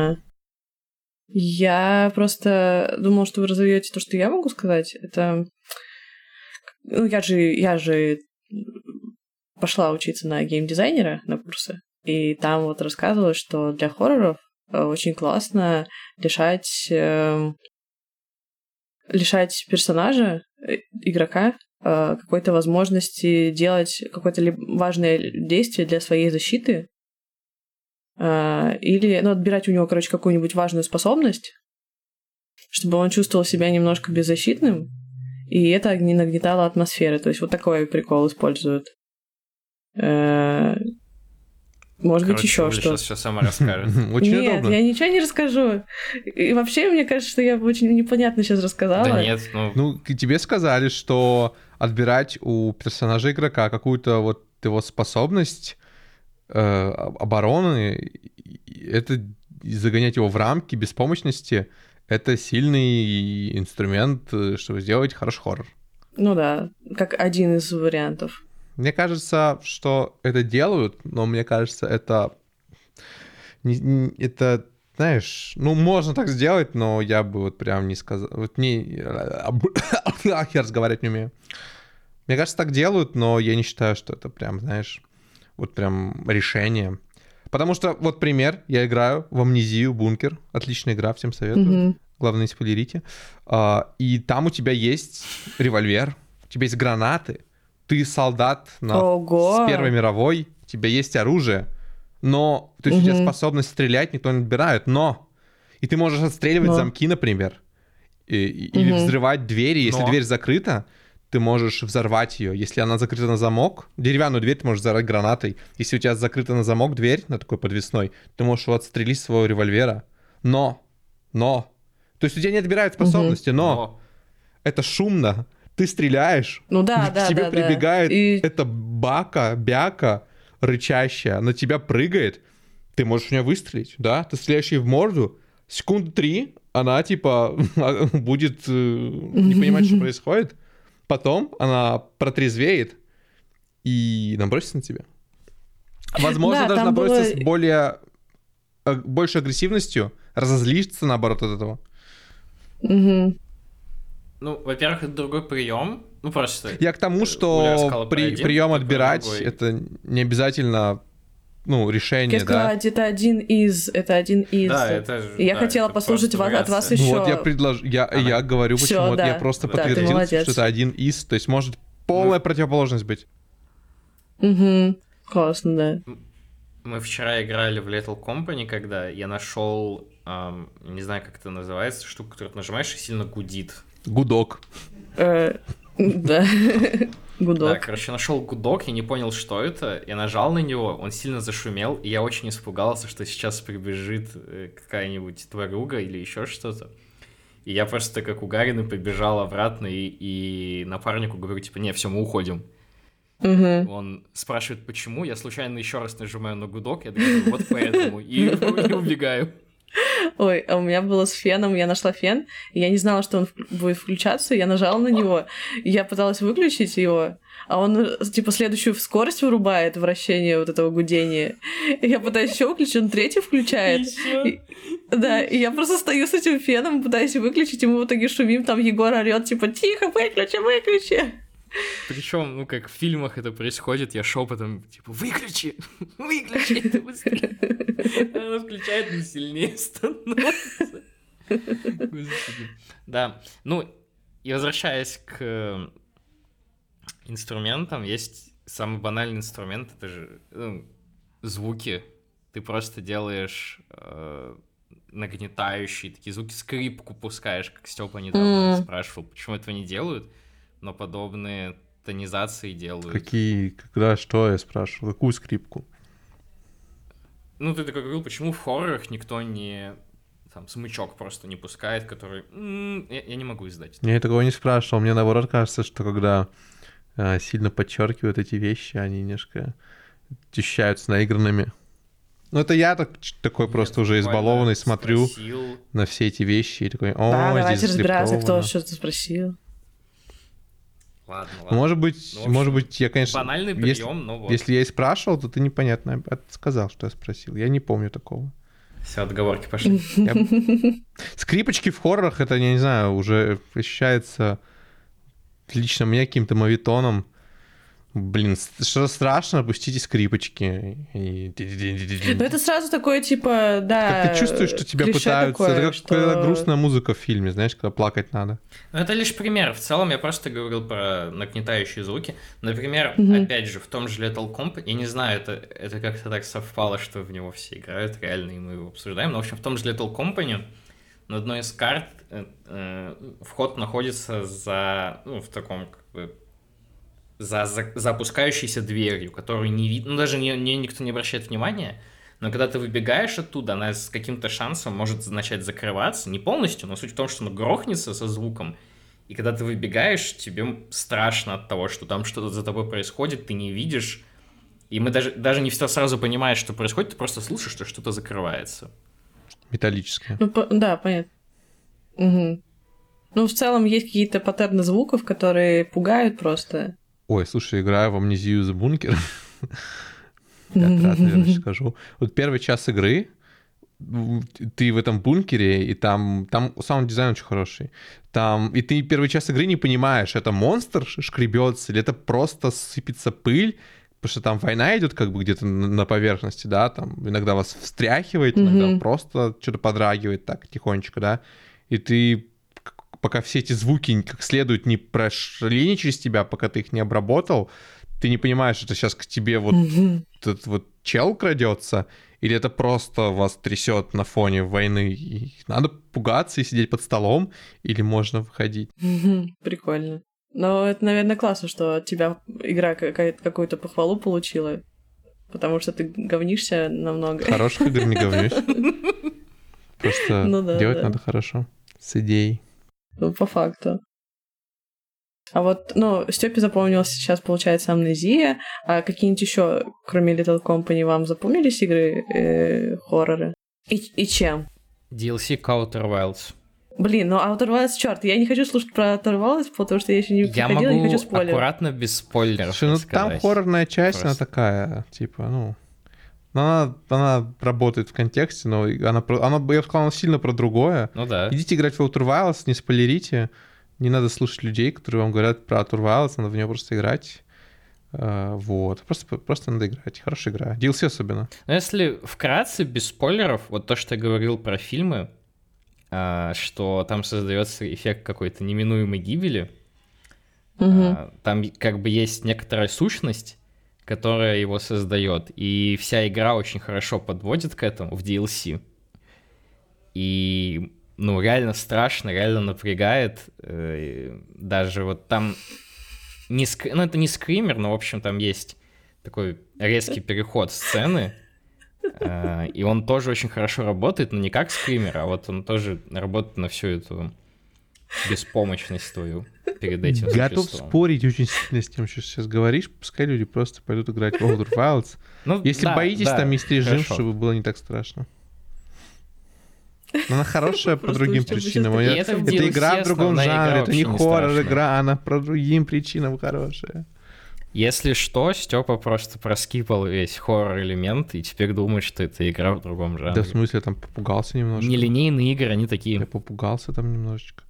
Я просто думала, что вы разовьете то, что я могу сказать. Это... Ну, я же пошла учиться на геймдизайнера, на курсы, и там вот рассказывалось, что для хорроров очень классно лишать персонажа, игрока, какой-то возможности делать какое-то важное действие для своей защиты, или отбирать у него, какую-нибудь важную способность, чтобы он чувствовал себя немножко беззащитным, и это не нагнетало атмосферы. То есть вот такой прикол используют. Может быть, еще что-то. Сейчас все сама расскажет. Нет, я ничего не расскажу. И вообще, мне кажется, что я очень непонятно сейчас рассказала. Да нет, Ну, тебе сказали, что отбирать у персонажа игрока какую-то вот его способность обороны, это загонять его в рамки беспомощности, это сильный инструмент, чтобы сделать хороший хоррор. Ну да, как один из вариантов. Мне кажется, что это делают, но мне кажется, это, знаешь, ну, можно так сделать, но я бы вот прям не сказал, вот я разговаривать не умею. Мне кажется, так делают, но я не считаю, что это прям, знаешь, вот прям решение. Потому что, вот пример, я играю в Амнезию, Бункер, отличная игра, всем советую, главное, не спойлерите, и там у тебя есть револьвер, у тебя есть гранаты, ты солдат с Первой мировой, у тебя есть оружие, но то есть у тебя способность стрелять никто не отбирает, но и ты можешь отстреливать замки, например, или взрывать двери, если дверь закрыта, ты можешь взорвать ее. Если она закрыта на замок, деревянную дверь ты можешь взорвать гранатой. Если у тебя закрыта на замок дверь, на такой подвесной, ты можешь его отстрелить с своего револьвера. Но, то есть у тебя не отбирают способности, но это шумно. Ты стреляешь, к тебе прибегает эта бяка рычащая, на тебя прыгает, ты можешь в нее выстрелить, да? Ты стреляешь ей в морду, секунды 3 она типа будет не понимать, что происходит, потом она протрезвеет и набросится на тебя. Возможно, даже набросится с большей агрессивностью, разозлиться наоборот от этого. Ну, во-первых, это другой прием. Ну, просто... Я к тому, что прием отбирать, это не обязательно, решение, я сказала, да? Это один из. Да, это... И я хотела послушать от вас еще... Вот я говорю, почему. Я просто подтвердил, что это один из. То есть может полная противоположность быть. Классно, да. Мы вчера играли в Lethal Company, когда я нашел, не знаю, как это называется, штуку, которую ты нажимаешь и сильно гудит. Гудок. Да. Да, Гудок. короче, нашел гудок, я не понял, что это, я нажал на него, он сильно зашумел, и я очень испугался, что сейчас прибежит какая-нибудь тварюга или еще что-то. И я просто как угаренный побежал обратно и напарнику говорю, типа, не, все, мы уходим. Мгм. Он спрашивает, почему, я случайно еще раз нажимаю на гудок, я говорю, вот поэтому, и убегаю. Ой, а у меня было с феном, я нашла фен, и я не знала, что он будет включаться, я нажала на него, и я пыталась выключить его, а он, типа, следующую скорость вырубает, вращение вот этого гудения. И я пытаюсь еще выключить, он третий включает. Да, и я просто стою с этим феном, пытаюсь выключить, и мы в итоге шумим, там Егор орёт, типа, тихо, выключи, выключи. Причем, ну, как в фильмах это происходит, я шепотом, типа, выключи, выключи это быстрее. Она включает, но сильнее становится. Господи. Да, ну, и возвращаясь к инструментам, есть самый банальный инструмент, это же звуки. Ты просто делаешь нагнетающие такие звуки, скрипку пускаешь, как Степа недавно спрашивал, почему этого не делают. Но подобные тонизации делают. Какие? Когда? Что я спрашивал? Какую скрипку? Ну, ты такой говорил, почему в хоррорах никто не... Там, смычок просто не пускает, который... Я не могу издать. Я такого не спрашивал. Мне, наоборот, кажется, что когда сильно подчеркивают эти вещи, они немножко ощущаются наигранными. Ну, это я такой просто уже избалованный смотрю на все эти вещи и такой, Да, давайте здесь разбираться, кто заскриптовано. что-то спросил. Ладно. Может быть, я, конечно... Банальный прием, но вот. Если я и спрашивал, то ты непонятно сказал, что я спросил. Я не помню такого. Все, отговорки пошли. Скрипочки в хоррорах, это, я не знаю, уже ощущается лично мне каким-то мовитоном. Блин, что страшно, пустите скрипочки. Ну, это сразу такое, типа, да... Как ты чувствуешь, что тебя пытаются... Такое, это как когда грустная музыка в фильме, знаешь, когда плакать надо. Ну, это лишь пример. В целом, я просто говорил про нагнетающие звуки. Например, опять же, в том же Lethal Company, я не знаю, это как-то так совпало, что в него все играют реально, и мы его обсуждаем, но, в общем, в том же Lethal Company на одной из карт вход находится в таком, как бы, за опускающейся дверью, которую не видно, ну, даже никто не обращает внимания, но когда ты выбегаешь оттуда, она с каким-то шансом может начать закрываться, не полностью, но суть в том, что она грохнется со звуком, и когда ты выбегаешь, тебе страшно от того, что там что-то за тобой происходит, ты не видишь, и мы даже не всегда сразу понимаешь, что происходит, ты просто слышишь, что что-то закрывается. Металлическое. Ну, да, понятно. Угу. Ну, в целом, есть какие-то паттерны звуков, которые пугают просто. Ой, слушай, играю в Amnesia The Bunker. Пятый раз, наверное, скажу. Вот первый час игры, ты в этом бункере, и там саунд-дизайн очень хороший. И ты первый час игры не понимаешь, это монстр шкребется, или это просто сыпется пыль, потому что там война идет как бы где-то на поверхности, да, там иногда вас встряхивает, иногда просто что-то подрагивает так тихонечко, да, и ты пока все эти звуки как следует не прошли через тебя, пока ты их не обработал, ты не понимаешь, это сейчас к тебе вот этот вот чел крадется, или это просто вас трясет на фоне войны. И надо пугаться и сидеть под столом, или можно выходить. Прикольно. Но это, наверное, классно, что от тебя игра какую-то похвалу получила, потому что ты говнишься намного. Хороших игр не говнишь. Просто делать надо хорошо, с идеей. Ну, по факту. А вот, Стёпе запомнилась сейчас, получается, Амнезия. А какие-нибудь еще, кроме Little Company, вам запомнились игры хорроры? И чем? DLC Outer Wilds. Блин, Outer Wilds, черт, я не хочу слушать про Outer Wilds, потому что я еще не приходила, не хочу спойлеров. Я могу аккуратно, без спойлеров рассказать. Там хоррорная часть, она такая, типа, она работает в контексте, но она, я бы сказал, она сильно про другое. Ну да. Идите играть в Outer Wilds, не спойлерите. Не надо слушать людей, которые вам говорят про Outer Wilds, надо в нее просто играть. Вот. Просто надо играть. Хорошая игра. DLC особенно. Но если вкратце, без спойлеров, вот то, что я говорил про фильмы, что там создается эффект какой-то неминуемой гибели, там как бы есть некоторая сущность, которая его создает, и вся игра очень хорошо подводит к этому в DLC. И реально страшно, реально напрягает. Даже вот там это не скример, но, в общем, там есть такой резкий переход сцены, и он тоже очень хорошо работает, но не как скример, а вот он тоже работает на всю эту беспомощность твою перед этим Готов существом. спорить очень сильно с тем, что сейчас говоришь. Пускай люди просто пойдут играть в Outer Wilds. Если боитесь, там есть режим, чтобы было не так страшно. Но она хорошая по другим причинам. Это игра в другом жанре, это не хоррор-игра, она по другим причинам хорошая. Если что, Степа просто проскипал весь хоррор-элемент и теперь думает, что это игра в другом жанре. Да, в смысле, я там попугался немножко. Нелинейные игры, они такие. Я попугался там немножечко.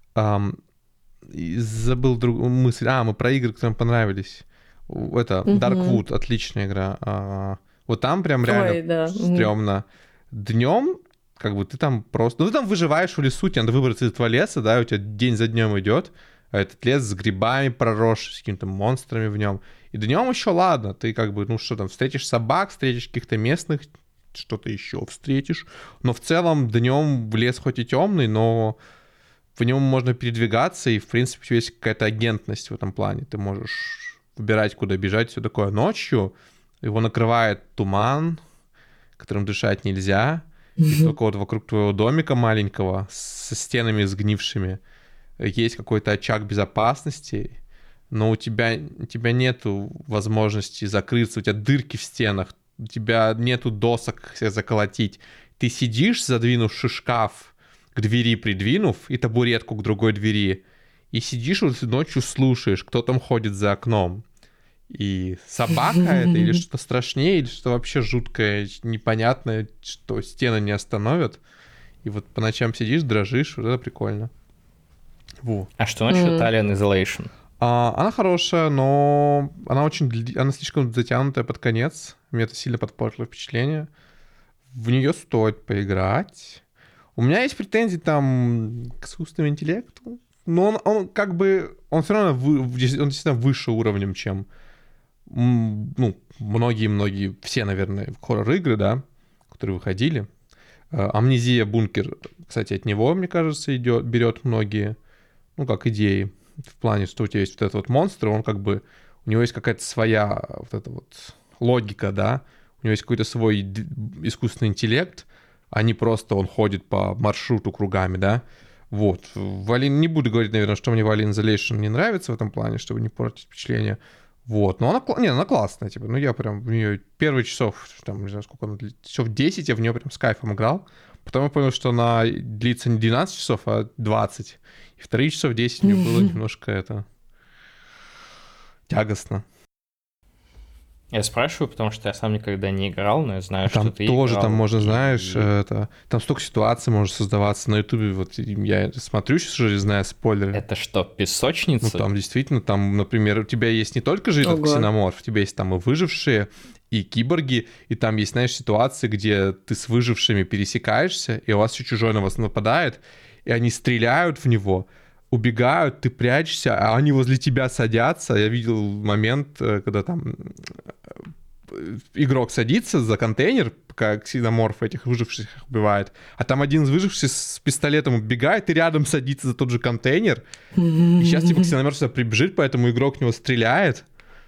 Забыл другую мысль. Мы про игры, которые нам понравились. Это Darkwood, отличная игра. Вот там прям реально стрёмно. Днем как бы ты там просто... ты там выживаешь в лесу, тебе надо выбраться из этого леса, да, у тебя день за днем идет, а этот лес с грибами проросший, с какими-то монстрами в нем. И днем еще ладно, ты как бы, встретишь собак, встретишь каких-то местных, что-то еще встретишь. Но в целом днем лес хоть и темный, но в нем можно передвигаться, и, в принципе, у тебя есть какая-то агентность в этом плане. Ты можешь выбирать, куда бежать, все такое. Ночью его накрывает туман, которым дышать нельзя, и только вот вокруг твоего домика маленького со стенами сгнившими есть какой-то очаг безопасности, но у тебя нету возможности закрыться, у тебя дырки в стенах, у тебя нету досок себя заколотить. Ты сидишь, задвинувши шкаф к двери придвинув, и табуретку к другой двери, и сидишь вот ночью слушаешь, кто там ходит за окном. И собака это, или что-то страшнее, или что вообще жуткое, непонятное, что стены не остановят. И вот по ночам сидишь, дрожишь, вот это прикольно. А что насчет Alien Isolation? Она хорошая, но она слишком затянутая под конец. Мне это сильно подпортило впечатление. В нее стоит поиграть. У меня есть претензии там к искусственному интеллекту, но он как бы... Он все равно он действительно выше уровнем, чем многие, все, наверное, хоррор-игры, да, которые выходили. Амнезия Бункер, кстати, от него, мне кажется, берет многие, как идеи. В плане, что у тебя есть вот этот вот монстр, он как бы... У него есть какая-то своя вот эта вот логика, да. У него есть какой-то свой искусственный интеллект, а не просто он ходит по маршруту кругами, да. Вот. Не буду говорить, наверное, что мне в Alien Isolation не нравится в этом плане, чтобы не портить впечатление. Вот. Но она классная, типа. Я прям в нее первые часов, там, не знаю, сколько она длится, часов 10 я в нее прям с кайфом играл. Потом я понял, что она длится не 12 часов, а 20. И вторые часов 10 мне было немножко тягостно. Я спрашиваю, потому что я сам никогда не играл, но я знаю, там что ты тоже, играл. Там можно, знаешь, там столько ситуаций может создаваться на Ютубе. Вот я смотрю сейчас уже, зная спойлеры. Это что, песочница? Там действительно, например, у тебя есть не только же этот ксеноморф, у тебя есть там и выжившие, и киборги, и там есть, знаешь, ситуации, где ты с выжившими пересекаешься, и у вас еще чужой на вас нападает, и они стреляют в него, убегают, ты прячешься, а они возле тебя садятся. Я видел момент, когда там игрок садится за контейнер, пока ксеноморф этих выживших убивает, а там один из выживших с пистолетом убегает и рядом садится за тот же контейнер. И сейчас типа ксеноморф сюда прибежит, поэтому игрок в него стреляет.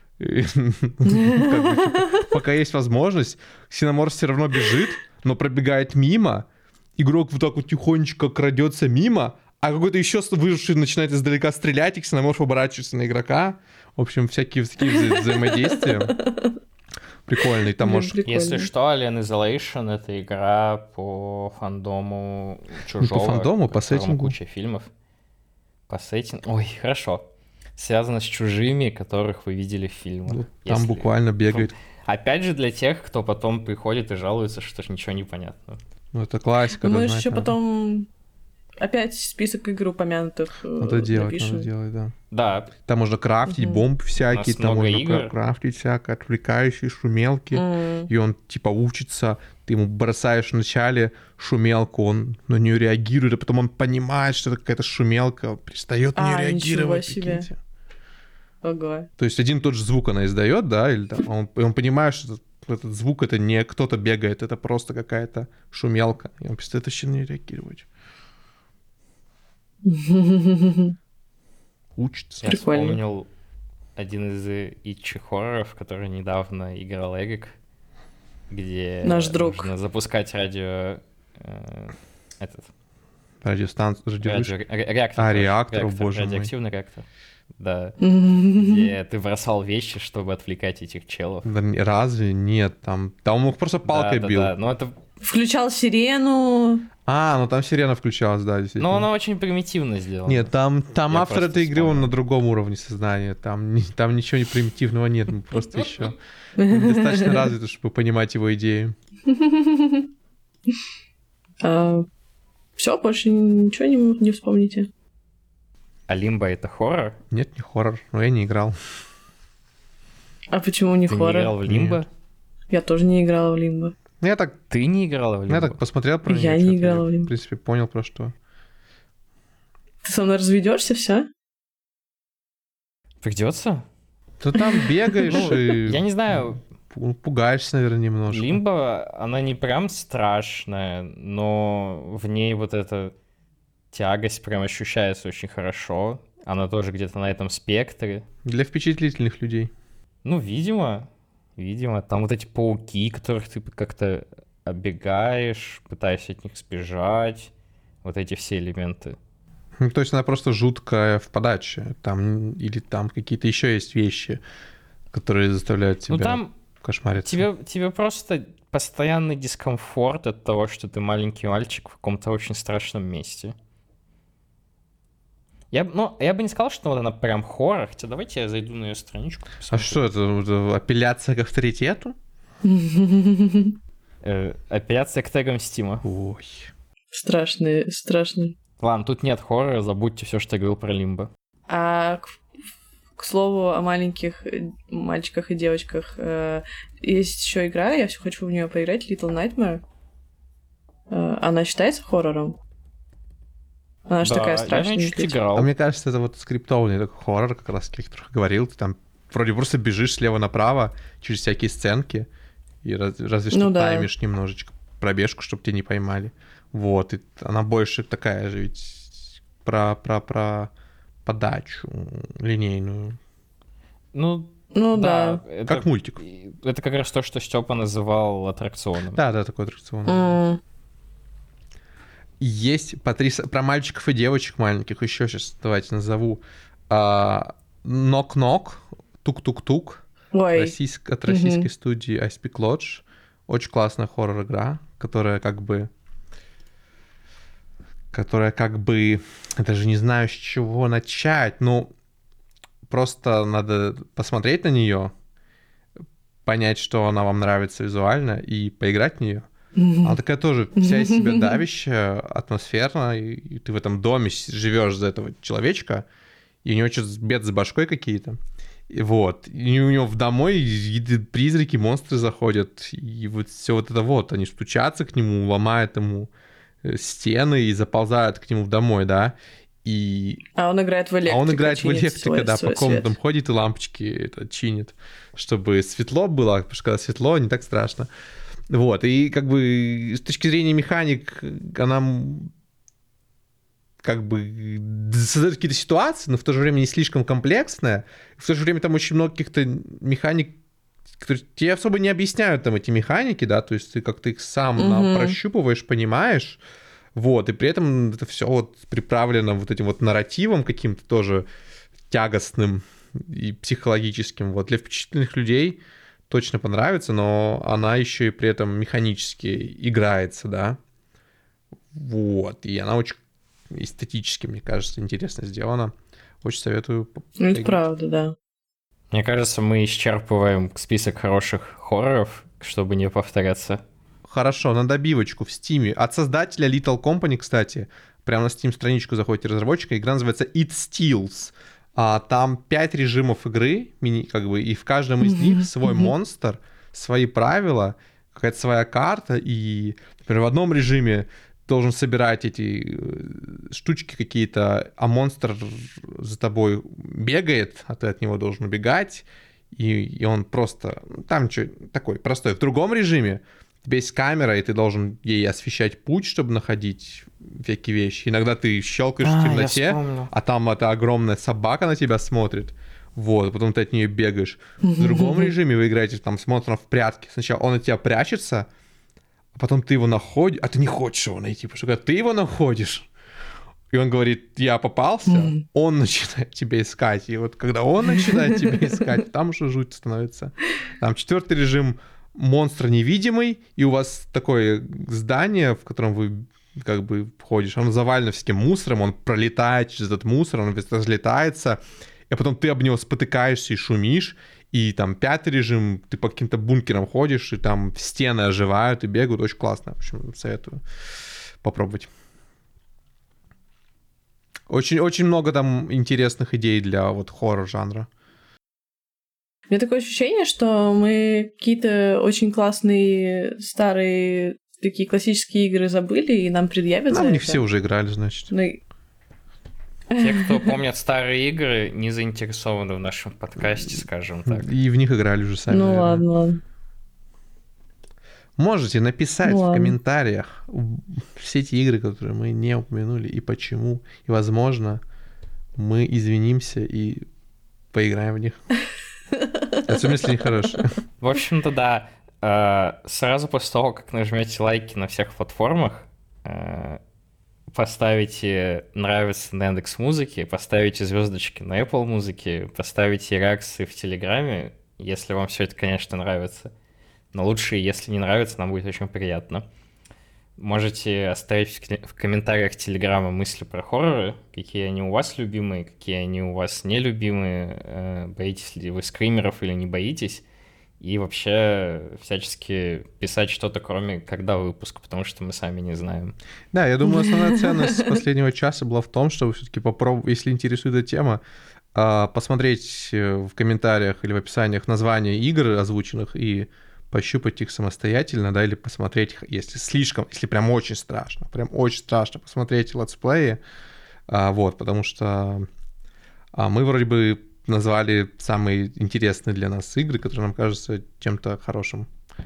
Пока есть возможность, ксеноморф все равно бежит, но пробегает мимо. Игрок вот так вот тихонечко крадется мимо, а какой-то еще выживший начинает издалека стрелять, и ксеноморф оборачивается на игрока. В общем, всякие взаимодействия. Прикольный, там можешь... Если что, Alien Isolation — это игра по фандому Чужого. По фандому, по сеттингу. Куча фильмов. По сеттингу. Ой, хорошо. Связано с чужими, которых вы видели в фильмах. Там буквально бегает. Опять же, для тех, кто потом приходит и жалуется, что ничего не понятно. Это классика. Мы же еще потом... Опять список игр упомянутых надо делать, да. Да. Там можно крафтить бомбы всякие, там можно крафтить всякое, отвлекающие шумелки, и он типа учится, ты ему бросаешь вначале шумелку, он на нее реагирует, а потом он понимает, что это какая-то шумелка, перестает на нее реагировать. Себе. Ого. То есть один и тот же звук она издает, да, или там, он понимает, что этот звук это не кто-то бегает, это просто какая-то шумелка, и он перестает вообще на нее реагировать. Учится. Я вспомнил один из итчи-хорроров, который недавно играл Эрик, где наш друг. нужно запускать Радиостанцию, реактор. Реактор, боже мой. Радиоактивный реактор. Да. Где ты бросал вещи, чтобы отвлекать этих челов. Разве? Нет, там он мог просто палкой бил. Да, но это... Включал сирену. Ну там сирена включалась, да, действительно. Но она очень примитивно сделана. Нет, там автор этой игры, он на другом уровне сознания. Там ничего не примитивного нет, мы просто еще достаточно развиты, чтобы понимать его идеи. Все, больше ничего не вспомните. А Limbo — это хоррор? Нет, не хоррор, но я не играл. А почему не хоррор? Ты не играл в Limbo? Нет. Я тоже не играла в Limbo. Ты не играла в Limbo? Я так посмотрел про неё. Я не играла в Limbo. В принципе, понял про что. Ты со мной разведешься, все? Придется? Ты там бегаешь и... Я не знаю. Пугаешься, наверное, немножко. Limbo, она не прям страшная, но в ней вот эта тягость прям ощущается очень хорошо. Она тоже где-то на этом спектре. Для впечатлительных людей. Видимо. Там вот эти пауки, которых ты как-то оббегаешь, пытаешься от них сбежать. Вот эти все элементы. То есть она просто жуткая в подаче. Или там какие-то еще есть вещи, которые заставляют тебя кошмариться. Тебе просто постоянный дискомфорт от того, что ты маленький мальчик в каком-то очень страшном месте. Я бы не сказал, что вот она прям хоррор, хотя давайте я зайду на ее страничку. А что это? Апелляция к авторитету? Апелляция к тегам Стима. Ой. Страшный. Ладно, тут нет хоррора, забудьте все, что я говорил про Limbo. А к слову о маленьких мальчиках и девочках, есть еще игра, я все хочу в нее поиграть, Little Nightmare. Она считается хоррором? Она же такая страшная. Я чуть играл. А мне кажется, это вот скриптованный такой хоррор, как раз, как я говорил. Ты там вроде просто бежишь слева направо через всякие сценки, и разве что таймишь немножечко пробежку, чтобы тебя не поймали. Вот, и она больше такая же ведь про подачу линейную. Да. Как мультик. Это как раз то, что Степа называл аттракционом. Да, такой аттракцион. Есть про мальчиков и девочек маленьких, еще сейчас давайте назову. Knock-Knock, Тук-Тук-Тук, от российской студии I Speak Lodge. Очень классная хоррор-игра, которая как бы... Я даже не знаю, с чего начать. Просто надо посмотреть на нее, понять, что она вам нравится визуально, и поиграть в нее. Она такая тоже вся из себя давящая, атмосферная, и ты в этом доме живешь за этого человечка, и у него что-то бед с башкой какие-то. И вот. И у него домой призраки, монстры заходят, и вот все вот это вот. Они стучатся к нему, ломают ему стены и заползают к нему домой, да. А он играет в электрика. Да, по комнатам ходит и лампочки это чинит, чтобы светло было, потому что когда светло, не так страшно. Вот, и как бы с точки зрения механик, она как бы создает какие-то ситуации, но в то же время не слишком комплексная. В то же время там очень много каких-то механик, которые тебе особо не объясняют там эти механики, да, то есть ты как-то их сам прощупываешь, понимаешь, вот, и при этом это все вот приправлено вот этим вот нарративом каким-то тоже тягостным и психологическим. Вот для впечатлительных людей точно понравится, но она еще и при этом механически играется, да. Вот, и она очень эстетически, мне кажется, интересно сделана. Очень советую. Это правда, да. Мне кажется, мы исчерпываем список хороших хорроров, чтобы не повторяться. Хорошо, на добивочку в Steam. От создателя Little Company, кстати, прямо на Steam-страничку заходите разработчика, игра называется It Steals. Там 5 режимов игры, и в каждом из них свой монстр, свои правила, какая-то своя карта, и, например, в одном режиме должен собирать эти штучки какие-то, а монстр за тобой бегает, а ты от него должен убегать, и он просто... Там что такой простой. В другом режиме у тебя есть камера, и ты должен ей освещать путь, чтобы находить всякие вещи. Иногда ты щелкаешь в темноте, а там эта огромная собака на тебя смотрит. Вот, потом ты от нее бегаешь. В другом режиме вы играете там с монстром в прятки. Сначала он от тебя прячется, а потом ты его находишь, а ты не хочешь его найти, потому что когда ты его находишь, и он говорит, я попался, он начинает тебя искать. И вот когда он начинает тебя искать, там уже жуть становится. Там 4-й режим монстр невидимый, и у вас такое здание, в котором вы как бы входишь, оно завалено всяким мусором, он пролетает через этот мусор, он разлетается, и потом ты об него спотыкаешься и шумишь, и там 5-й режим, ты по каким-то бункерам ходишь, и там стены оживают и бегают, очень классно, в общем, советую попробовать. Очень много там интересных идей для вот хоррор-жанра. У меня такое ощущение, что мы какие-то очень классные старые такие классические игры забыли, и нам предъявят за это. Нам не все уже играли, значит. Те, кто помнят старые игры, не заинтересованы в нашем подкасте, скажем так. И в них играли уже сами. Ну ладно. Можете написать в комментариях все эти игры, которые мы не упомянули, и почему. И, возможно, мы извинимся и поиграем в них. Особенно, если они хорошие. В общем-то, да. Сразу после того, как нажмете лайки на всех платформах, поставите «нравится» на Яндекс.Музыке, поставите звездочки на Apple Музыке, поставите реакции в Телеграме, если вам все это, конечно, нравится. Но лучше, если не нравится, нам будет очень приятно. Можете оставить в комментариях Телеграма мысли про хорроры, какие они у вас любимые, какие они у вас нелюбимые, боитесь ли вы скримеров или не боитесь. И вообще всячески писать что-то, кроме когда выпуск, потому что мы сами не знаем. Да, я думаю, основная ценность последнего часа была в том, чтобы все-таки попробовать, если интересует эта тема, посмотреть в комментариях или в описаниях названия игр озвученных и пощупать их самостоятельно, да, или посмотреть, если прям очень страшно, посмотреть летсплеи, вот, потому что мы вроде бы назвали самые интересные для нас игры, которые нам кажутся чем-то хорошим.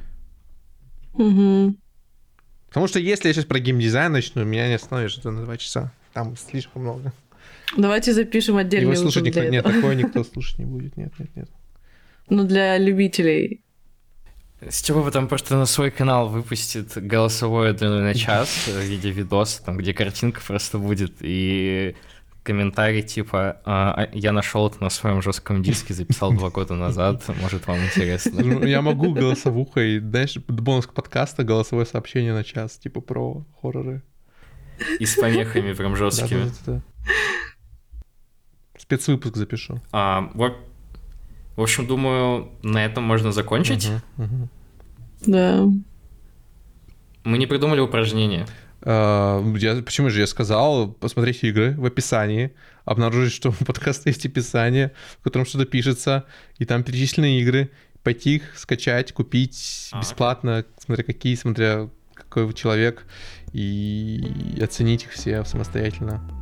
Угу. Потому что если я сейчас про геймдизайн начну, меня не остановишь это на 2 часа. Там слишком много. Давайте запишем отдельный выпуск. Его слушать никто, нет, такое никто слушать не будет. Нет. Ну, для любителей. Степа потом просто на свой канал выпустит голосовое длину на час в виде видоса, там, где картинка просто будет, и комментарий типа «Я нашел это на своем жестком диске, записал 2 года назад, может, вам интересно». Я могу голосовухой, знаешь, бонус к подкасту, голосовое сообщение на час, типа про хорроры. И с помехами прям жесткими. Да. Спецвыпуск запишу. В общем, думаю, на этом можно закончить. Да. Мы не придумали упражнения. Почему же я сказал, посмотрите игры в описании, обнаружить, что у подкаста есть описание, в котором что-то пишется, и там перечислены игры, пойти их скачать, купить бесплатно, смотря какой вы человек, и оценить их все самостоятельно.